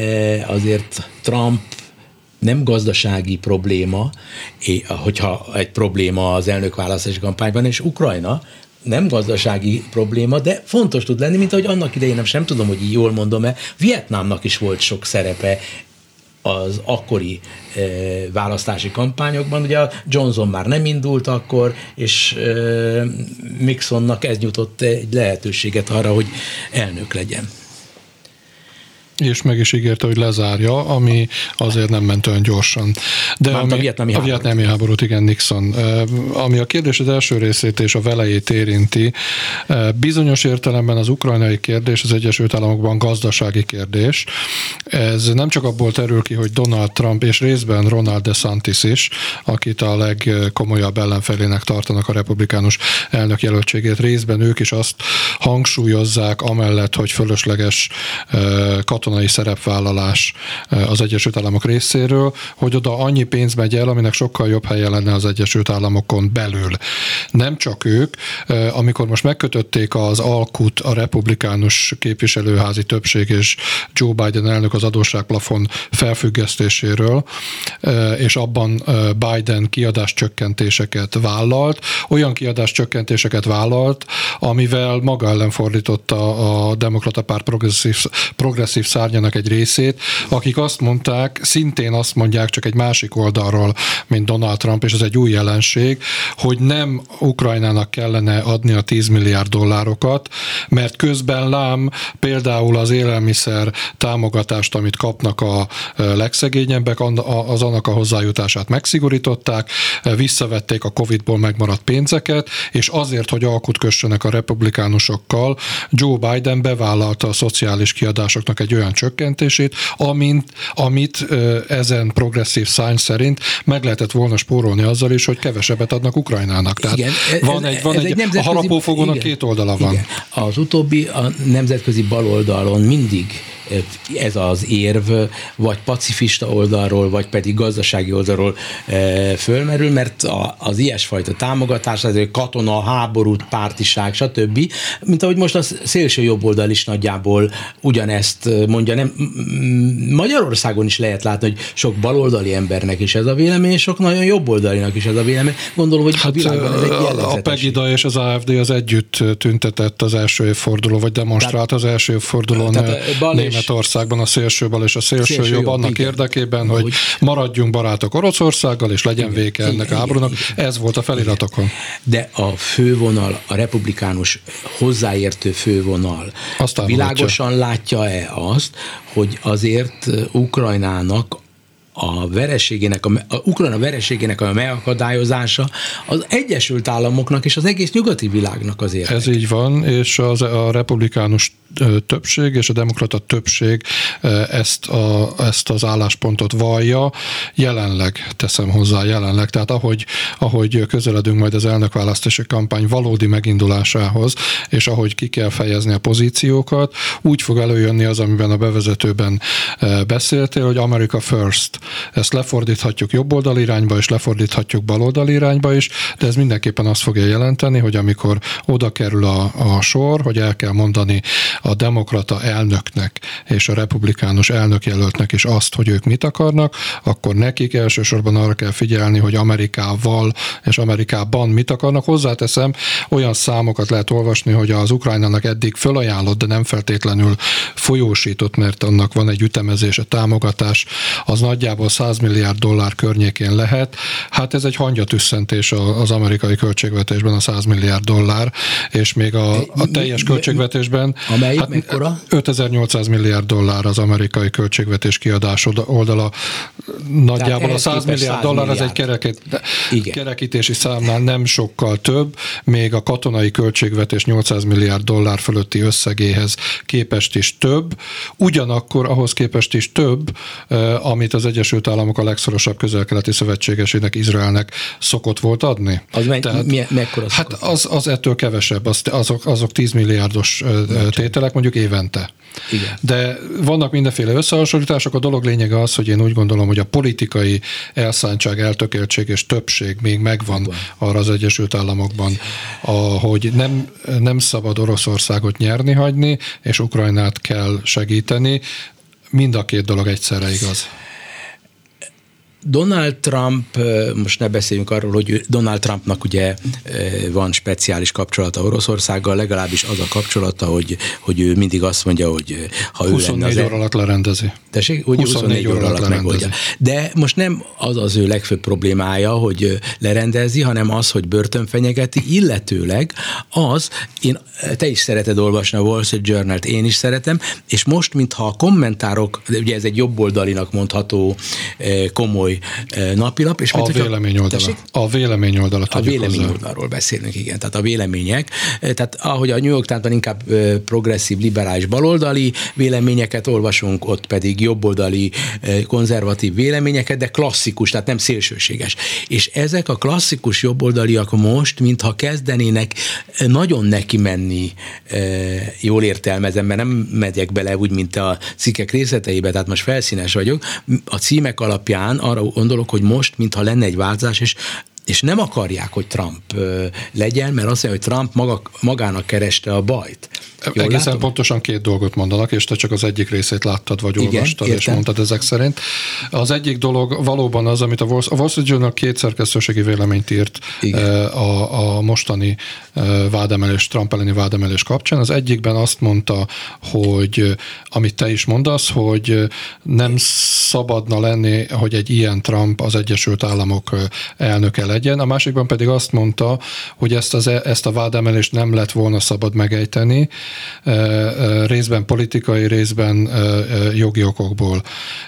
azért Trump nem gazdasági probléma, hogyha egy probléma az elnökválasztási kampányban, és Ukrajna nem gazdasági probléma, de fontos tud lenni, mint ahogy annak idején, nem sem tudom, hogy jól mondom-e, Vietnámnak is volt sok szerepe az akkori e, választási kampányokban. Ugye a Johnson már nem indult akkor, és e, Nixonnak ez nyújtott egy lehetőséget arra, hogy elnök legyen. És meg is ígérte, hogy lezárja, ami azért nem ment olyan gyorsan. De ami, a vietnámi, a vietnámi háborút, igen, Nixon. Ami a kérdés az első részét és a velejét érinti, bizonyos értelemben az ukrajnai kérdés az Egyesült Államokban gazdasági kérdés. Ez nem csak abból terül ki, hogy Donald Trump és részben Ronald DeSantis is, akit a legkomolyabb ellenfelének tartanak a republikánus elnök jelöltségét, részben ők is azt hangsúlyozzák amellett, hogy fölösleges katonai szerepvállalás az Egyesült Államok részéről, hogy oda annyi pénz megy el, aminek sokkal jobb helye lenne az Egyesült Államokon belül. Nem csak ők, amikor most megkötötték az alkut a republikánus képviselőházi többség és Joe Biden elnök az adósságplafon felfüggesztéséről, és abban Biden kiadáscsökkentéseket vállalt, olyan kiadáscsökkentéseket vállalt, amivel maga ellen fordította a demokrata párt progresszív, progresszív szárnyának egy részét, akik azt mondták, szintén azt mondják, csak egy másik oldalról, mint Donald Trump, és ez egy új jelenség, hogy nem Ukrajnának kellene adni a tíz milliárd dollárokat, mert közben lám például az élelmiszer támogatást, amit kapnak a legszegényebbek, az annak a hozzájutását megszigorították, visszavették a Covidból megmaradt pénzeket, és azért, hogy alkut kössenek a republikánusokkal, Joe Biden bevállalta a szociális kiadásoknak egy olyan csökkentését, amint, amit ezen progresszív szány szerint meg lehetett volna spórolni azzal is, hogy kevesebbet adnak Ukrajnának. Tehát igen, van egy, van egy, egy a harapófogonak két oldala van. Igen. Az utóbbi a nemzetközi baloldalon mindig ez az érv, vagy pacifista oldalról, vagy pedig gazdasági oldalról e, fölmerül, mert a, az ilyesfajta támogatás, az katona, háború, pártiság, stb., mint ahogy most a szélső jobb oldal is nagyjából ugyanezt mondja. Nem, Magyarországon is lehet látni, hogy sok baloldali embernek is ez a vélemény, és sok nagyon jobboldalinak is ez a vélemény. Gondolom, hogy hát, a világban ez egy jellegzetesség. A Pegida és az á ef dé az együtt tüntetett az első évforduló, vagy demonstrált tehát, az első évfordulón Németországban a szélső bal és a szélső, szélső jobb annak igen. érdekében, hogy, hogy maradjunk barátok Oroszországgal, és legyen igen, vége ennek igen, a háborúnak. Igen, ez volt a feliratokon. De a fővonal, a republikánus hozzáértő fővonal világosan látja-e azt, hogy azért Ukrajnának a vereségének, a, a Ukrajna vereségének a megakadályozása az Egyesült Államoknak és az egész nyugati világnak az érdeke. Ez így van, és az, a republikánus többség és a demokrata többség ezt, a, ezt az álláspontot vallja, jelenleg teszem hozzá, jelenleg, tehát ahogy, ahogy közeledünk majd az elnökválasztási kampány valódi megindulásához, és ahogy ki kell fejezni a pozíciókat, úgy fog előjönni az, amiben a bevezetőben beszéltél, hogy America First. Ezt lefordíthatjuk jobboldali irányba, és lefordíthatjuk baloldali irányba is, de ez mindenképpen azt fogja jelenteni, hogy amikor oda kerül a, a sor, hogy el kell mondani a demokrata elnöknek és a republikánus elnökjelöltnek is azt, hogy ők mit akarnak, akkor nekik elsősorban arra kell figyelni, hogy Amerikával és Amerikában mit akarnak. Hozzáteszem, olyan számokat lehet olvasni, hogy az Ukrajnának eddig fölajánlott, de nem feltétlenül folyósított, mert annak van egy ütemezése, támogatás, az nagyjából száz milliárd dollár környékén lehet. Hát ez egy hangyatüsszentés az amerikai költségvetésben, a száz milliárd dollár, és még a, a teljes költségvetésben amelyik hát mekkora? ötezer-nyolcszáz milliárd dollár az amerikai költségvetés kiadás oldala. Nagyjából a száz milliárd dollár az egy kerekít, kerekítési számnál nem sokkal több, még a katonai költségvetés nyolcszáz milliárd dollár fölötti összegéhez képest is több, ugyanakkor ahhoz képest is több, amit az Egyesült Államok a legszorosabb közel-keleti szövetségesének, Izraelnek szokott volt adni. Az me- Tehát, me- mekkora hát az, az ettől kevesebb, az, azok, azok tíz milliárdos tételek mondjuk évente. Igen. De vannak mindenféle összehasonlítások, a dolog lényege az, hogy én úgy gondolom, hogy a politikai elszántság, eltökéltség és többség még megvan Igen. arra az Egyesült Államokban, hogy nem, nem szabad Oroszországot nyerni hagyni, és Ukrajnát kell segíteni. Mind a két dolog egyszerre igaz. Donald Trump, most ne beszéljünk arról, hogy Donald Trumpnak ugye van speciális kapcsolata Oroszországgal, legalábbis az a kapcsolata, hogy, hogy ő mindig azt mondja, hogy ha ő huszonnégy óra alatt lerendezi. Tessék, hogy huszonnégy óra alatt megoldja. De most nem az az ő legfőbb problémája, hogy lerendezi, hanem az, hogy börtön fenyegeti, illetőleg az, én, te is szereted olvasni a Wall Street Journal-t, én is szeretem, és most, mintha a kommentárok, ugye ez egy jobboldalinak mondható komoly napilap. És a vélemény oldala. A vélemény oldala. A vélemény oldalról beszélünk, igen. Tehát a vélemények. Tehát ahogy a New York Timesban inkább progresszív, liberális, baloldali véleményeket olvasunk, ott pedig jobboldali, konzervatív véleményeket, de klasszikus, tehát nem szélsőséges. És ezek a klasszikus jobboldaliak most, mintha kezdenének nagyon neki menni, jól értelmezem, mert nem megyek bele úgy, mint a cikkek részleteibe, tehát most felszínes vagyok. A címek alapján arra gondolok, hogy most, mintha lenne egy változás, és és nem akarják, hogy Trump legyen, mert azt mondja, hogy Trump maga, magának kereste a bajt. Jól Egészen látom? Pontosan két dolgot mondanak, és te csak az egyik részét láttad, vagy Igen, olvastad, értem. És mondtad ezek szerint. Az egyik dolog valóban az, amit a Wall Street Journal két szerkesztőségi véleményt írt a, a mostani vádemelés, Trump elleni vádemelés kapcsán. Az egyikben azt mondta, hogy amit te is mondasz, hogy nem szabadna lenni, hogy egy ilyen Trump az Egyesült Államok elnöke legyen. A másikban pedig azt mondta, hogy ezt, az, ezt a vádemelést nem lett volna szabad megejteni, részben politikai, részben jogi okokból.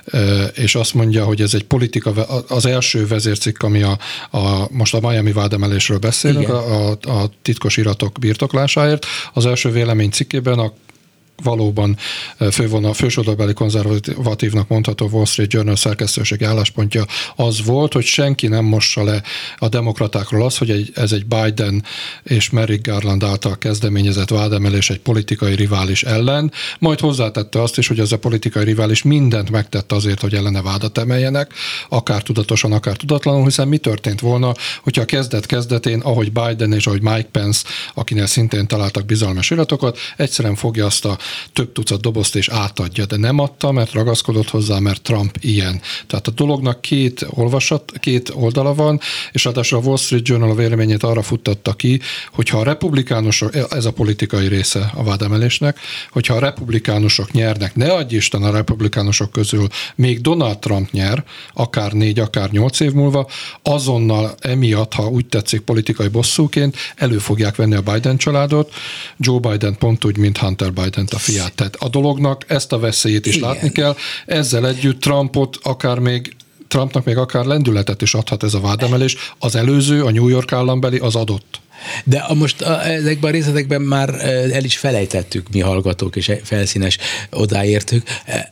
És azt mondja, hogy ez egy politika, az első vezércikk, ami a, a most a Miami vádemelésről beszélünk, a, a titkos iratok birtoklásáért, az első vélemény cikkében a valóban fővonal, fősodabeli konzervatívnak mondható Wall Street Journal szerkesztőségi álláspontja az volt, hogy senki nem mossa le a demokratákról az, hogy egy, ez egy Biden és Merrick Garland által kezdeményezett vádemelés egy politikai rivális ellen, majd hozzátette azt is, hogy ez a politikai rivális mindent megtett azért, hogy ellene vádat emeljenek, akár tudatosan, akár tudatlanul, hiszen mi történt volna, hogyha a kezdet-kezdetén, ahogy Biden és ahogy Mike Pence, akinél szintén találtak bizalmas iratokat, egyszerűen fogja azt a több tucat dobozt és átadja, de nem adta, mert ragaszkodott hozzá, mert Trump ilyen. Tehát a dolognak két olvasat, két oldala van, és ráadásul a Wall Street Journal a véleményét arra futtatta ki, hogyha a republikánusok, ez a politikai része a vádemelésnek, hogyha a republikánusok nyernek, ne adj Isten a republikánusok közül még Donald Trump nyer, akár négy, akár nyolc év múlva, azonnal emiatt, ha úgy tetszik politikai bosszúként, elő fogják venni a Biden családot, Joe Biden pont úgy, mint Hunter Biden a fiát. Tehát a dolognak ezt a veszélyét is Igen. látni kell. Ezzel együtt Trumpot akár még Trumpnak még akár lendületet is adhat ez a vádemelés. Az előző, a New York állambeli, az adott. De a most a, ezekben a részletekben már el is felejtettük mi hallgatók, és felszínes odáértük.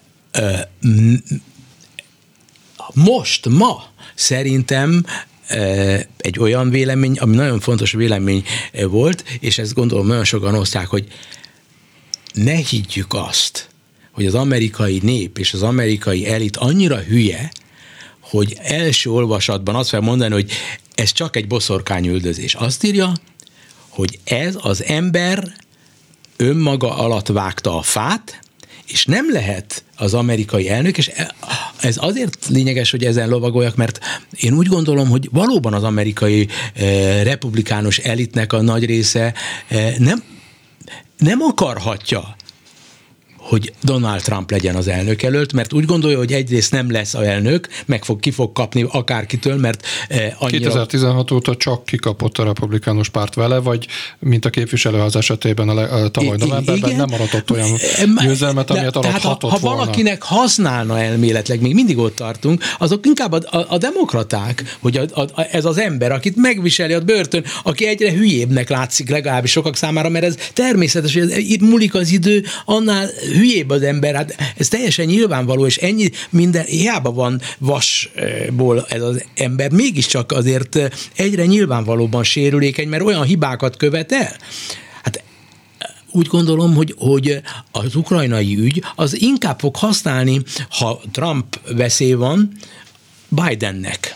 Most, ma szerintem egy olyan vélemény, ami nagyon fontos vélemény volt, és ezt gondolom nagyon sokan osztják, hogy ne higgyük azt, hogy az amerikai nép és az amerikai elit annyira hülye, hogy első olvasatban azt kell mondani, hogy ez csak egy boszorkányüldözés. Azt írja, hogy ez az ember önmaga alatt vágta a fát, és nem lehet az amerikai elnök, és ez azért lényeges, hogy ezen lovagoljak, mert én úgy gondolom, hogy valóban az amerikai eh, republikánus elitnek a nagy része eh, nem, nem akarhatja, hogy Donald Trump legyen az elnök előtt, mert úgy gondolja, hogy egyrészt nem lesz a elnök, meg fog, ki fog kapni akárkitől, mert eh, annyira... kétezer-tizenhat óta csak kikapott a republikánus párt vele, vagy mint a képviselőház esetében a, le, a tavaly novemberben nem aratott olyan győzelmet, amilyet alatt hatott ha, ha volna. valakinek használna elméletleg, még mindig ott tartunk, azok inkább a, a, a demokraták, hogy a, a, ez az ember, akit megviseli a börtön, aki egyre hülyébbnek látszik legalábbis sokak számára, mert ez természetes, hogy ez, itt múlik az idő, annál hülyébb az ember, hát ez teljesen nyilvánvaló, és ennyi minden, hiába van vasból ez az ember, mégiscsak azért egyre nyilvánvalóban sérülékeny, mert olyan hibákat követ el. Hát úgy gondolom, hogy, hogy az ukrajnai ügy az inkább fog használni, ha Trump veszély van, Bidennek.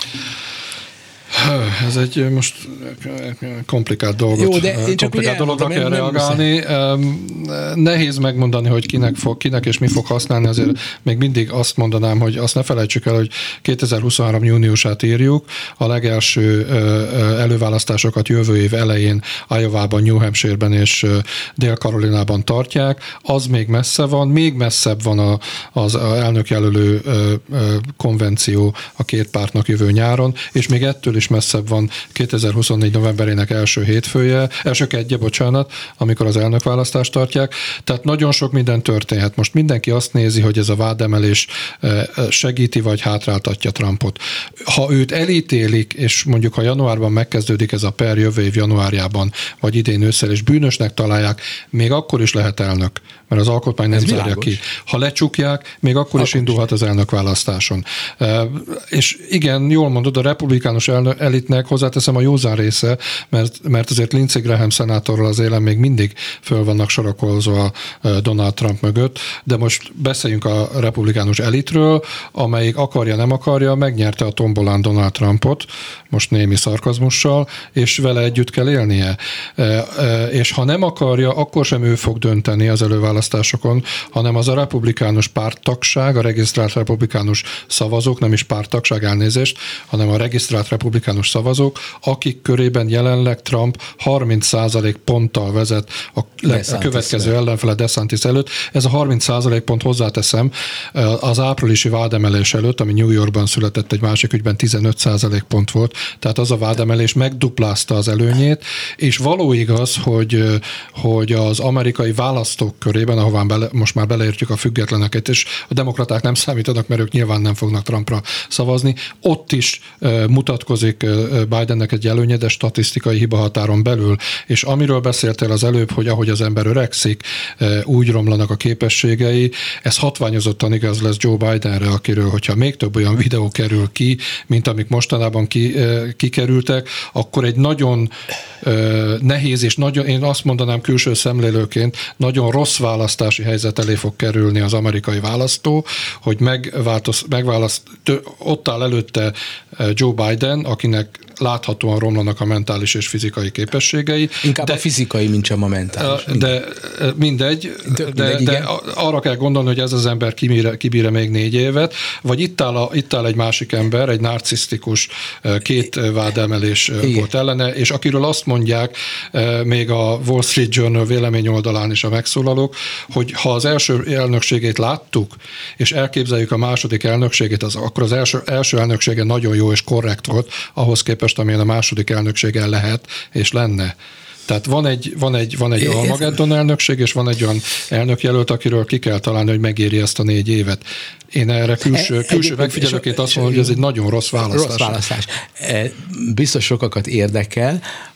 Ez egy most komplikált dolgot, Jó, de én csak komplikált dologra kell reagálni. Nehéz megmondani, hogy kinek, fog, kinek és mi fog használni, azért még mindig azt mondanám, hogy azt ne felejtsük el, hogy kétezer-huszonhárom júniusát írjuk, a legelső előválasztásokat jövő év elején Iowában, New Hampshire-ben és Dél-Karolinában tartják, az még messze van, még messzebb van a, az elnökjelölő konvenció a két pártnak jövő nyáron, és még ettől is messzebb van kétezer-huszonnégy novemberének első hétfője, első kedje, bocsánat, amikor az elnökválasztást tartják. Tehát nagyon sok minden történhet. Most mindenki azt nézi, hogy ez a vádemelés segíti vagy hátráltatja Trumpot. Ha őt elítélik, és mondjuk ha januárban megkezdődik ez a per jövő év januárjában, vagy idén ősszel, és bűnösnek találják, még akkor is lehet elnök, mert az alkotmány nem zárja ki. Ha lecsukják, még akkor, akkor is indulhat az elnökválasztáson. És igen, jól mondod, a republikánus elitnek hozzáteszem a józan része, mert, mert azért Lindsey Graham szenátorral az élen még mindig föl vannak sorakozva Donald Trump mögött, de most beszéljünk a republikánus elitről, amelyik akarja, nem akarja, megnyerte a tombolán Donald Trumpot, most némi szarkazmussal, és vele együtt kell élnie. És ha nem akarja, akkor sem ő fog dönteni az előválasztásokon, hanem az a republikánus párttagság, a regisztrált republikánus szavazók, nem is párttagság, elnézést, hanem a regisztrált republikánus szavazók, akik körében jelenleg Trump harminc százalék ponttal vezet a, a következő ellenfele DeSantis előtt. Ez a harminc százalék pont, hozzáteszem, az áprilisi vádemelés előtt, ami New Yorkban született egy másik ügyben, tizenöt százalék pont volt, tehát az a vádemelés megduplázta az előnyét, és való igaz, hogy, hogy az amerikai választók körében, ahová bele, most már beleértjük a függetleneket, és a demokraták nem számítanak, mert ők nyilván nem fognak Trumpra szavazni, ott is uh, mutatkozik uh, Bidennek egy előnye, de statisztikai hibahatáron belül, és amiről beszéltél az előbb, hogy ahogy az ember öregszik, uh, úgy romlanak a képességei, ez hatványozottan igaz lesz Joe Bidenre, akiről, hogyha még több olyan videó kerül ki, mint amik mostanában ki, uh, kikerültek, akkor egy nagyon uh, nehéz, és nagyon, én azt mondanám külső szemlélőként, nagyon rossz választási helyzet elé fog kerülni az amerikai választó, hogy megváltoz, megválaszt, ott áll előtte Joe Biden, akinek láthatóan romlanak a mentális és fizikai képességei. Inkább de, a fizikai, mint sem a mentális. De mindegy, de, mindegy de arra kell gondolni, hogy ez az ember kibír, kibír még négy évet, vagy itt áll, a, itt áll egy másik ember, egy narcisztikus két vádemelés volt ellene, és akiről azt mondják még a Wall Street Journal vélemény oldalán is a megszólalók, hogy ha az első elnökségét láttuk, és elképzeljük a második elnökségét, az, akkor az első, első elnöksége nagyon jó és korrekt volt, ahhoz képest, amilyen a második elnökséggel lehet és lenne. Tehát van egy, van egy, van egy Armageddon elnökség, és van egy olyan elnökjelölt, akiről ki kell találni, hogy megéri ezt a négy évet. Én erre külső, külső megfigyelőként azt mondom, hogy ez egy nagyon rossz választás. Rossz választás. Biztos sokakat érdekel,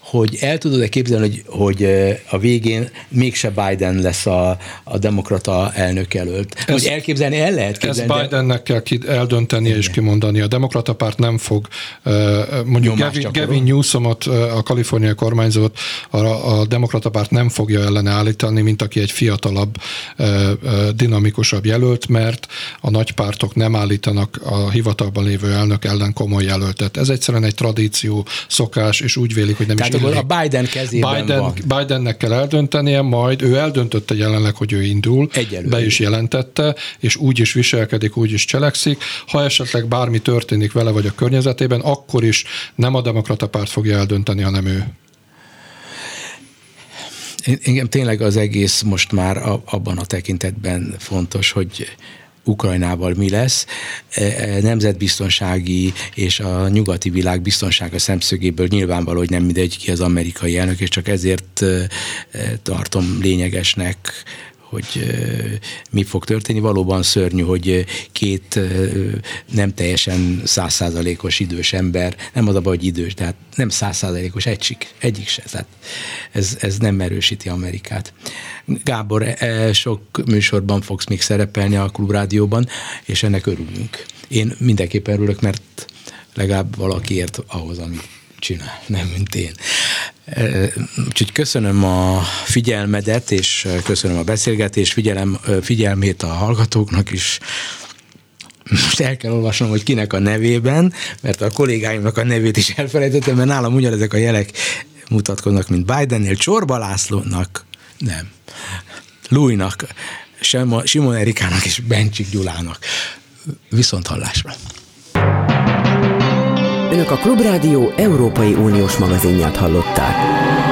hogy el tudod-e képzelni, hogy, hogy a végén mégse Biden lesz a, a demokrata elnökjelölt? Ez, hogy elképzelni el lehet képzelni. Ezt Bidennek kell ki, eldöntenie és kimondani. A demokrata párt nem fog, mondjuk Gavin, Gavin Newsomot, a kaliforniai kormányzót a, a demokrata párt nem fogja ellene állítani, mint aki egy fiatalabb, dinamikusabb jelölt, mert a nagy pártok nem állítanak a hivatalban lévő elnök ellen komoly jelöltet. Ez egyszerűen egy tradíció, szokás, és úgy vélik, hogy nem Tehát is a Biden kezében Biden, van. Bidennek kell eldöntenie, majd ő eldöntötte jelenleg, hogy ő indul, Egyelőre. Be is jelentette, és úgy is viselkedik, úgy is cselekszik. Ha esetleg bármi történik vele vagy a környezetében, akkor is nem a demokrata párt fogja eldönteni, hanem ő. Engem tényleg az egész most már abban a tekintetben fontos, hogy Ukrajnával mi lesz, nemzetbiztonsági és a nyugati világ biztonsága szemszögéből nyilvánvaló, hogy nem mindegy ki az amerikai elnök, és csak ezért tartom lényegesnek, hogy mi fog történni. Valóban szörnyű, hogy két nem teljesen százszázalékos idős ember, nem az a baj, hogy idős, tehát nem százszázalékos egyik, egyik se. Tehát ez, ez nem erősíti Amerikát. Gábor, sok műsorban fogsz még szerepelni a Klubrádióban, és ennek örülünk. Én mindenképpen örülök, mert legalább valaki ért ahhoz, amit csinál, nem mint én. Úgyhogy köszönöm a figyelmedet, és köszönöm a beszélgetést, figyelem, figyelmét a hallgatóknak is. Most el kell olvasnom, hogy kinek a nevében, mert a kollégáimnak a nevét is elfelejtettem, mert nálam ugyanezek a jelek mutatkoznak, mint Bidennél. Csorba Lászlónak, nem, Louisnak, Simon Erikának és Bencsik Gyulának. Viszont hallásra. Önök a Klubrádió Európai Uniós magazinját hallották.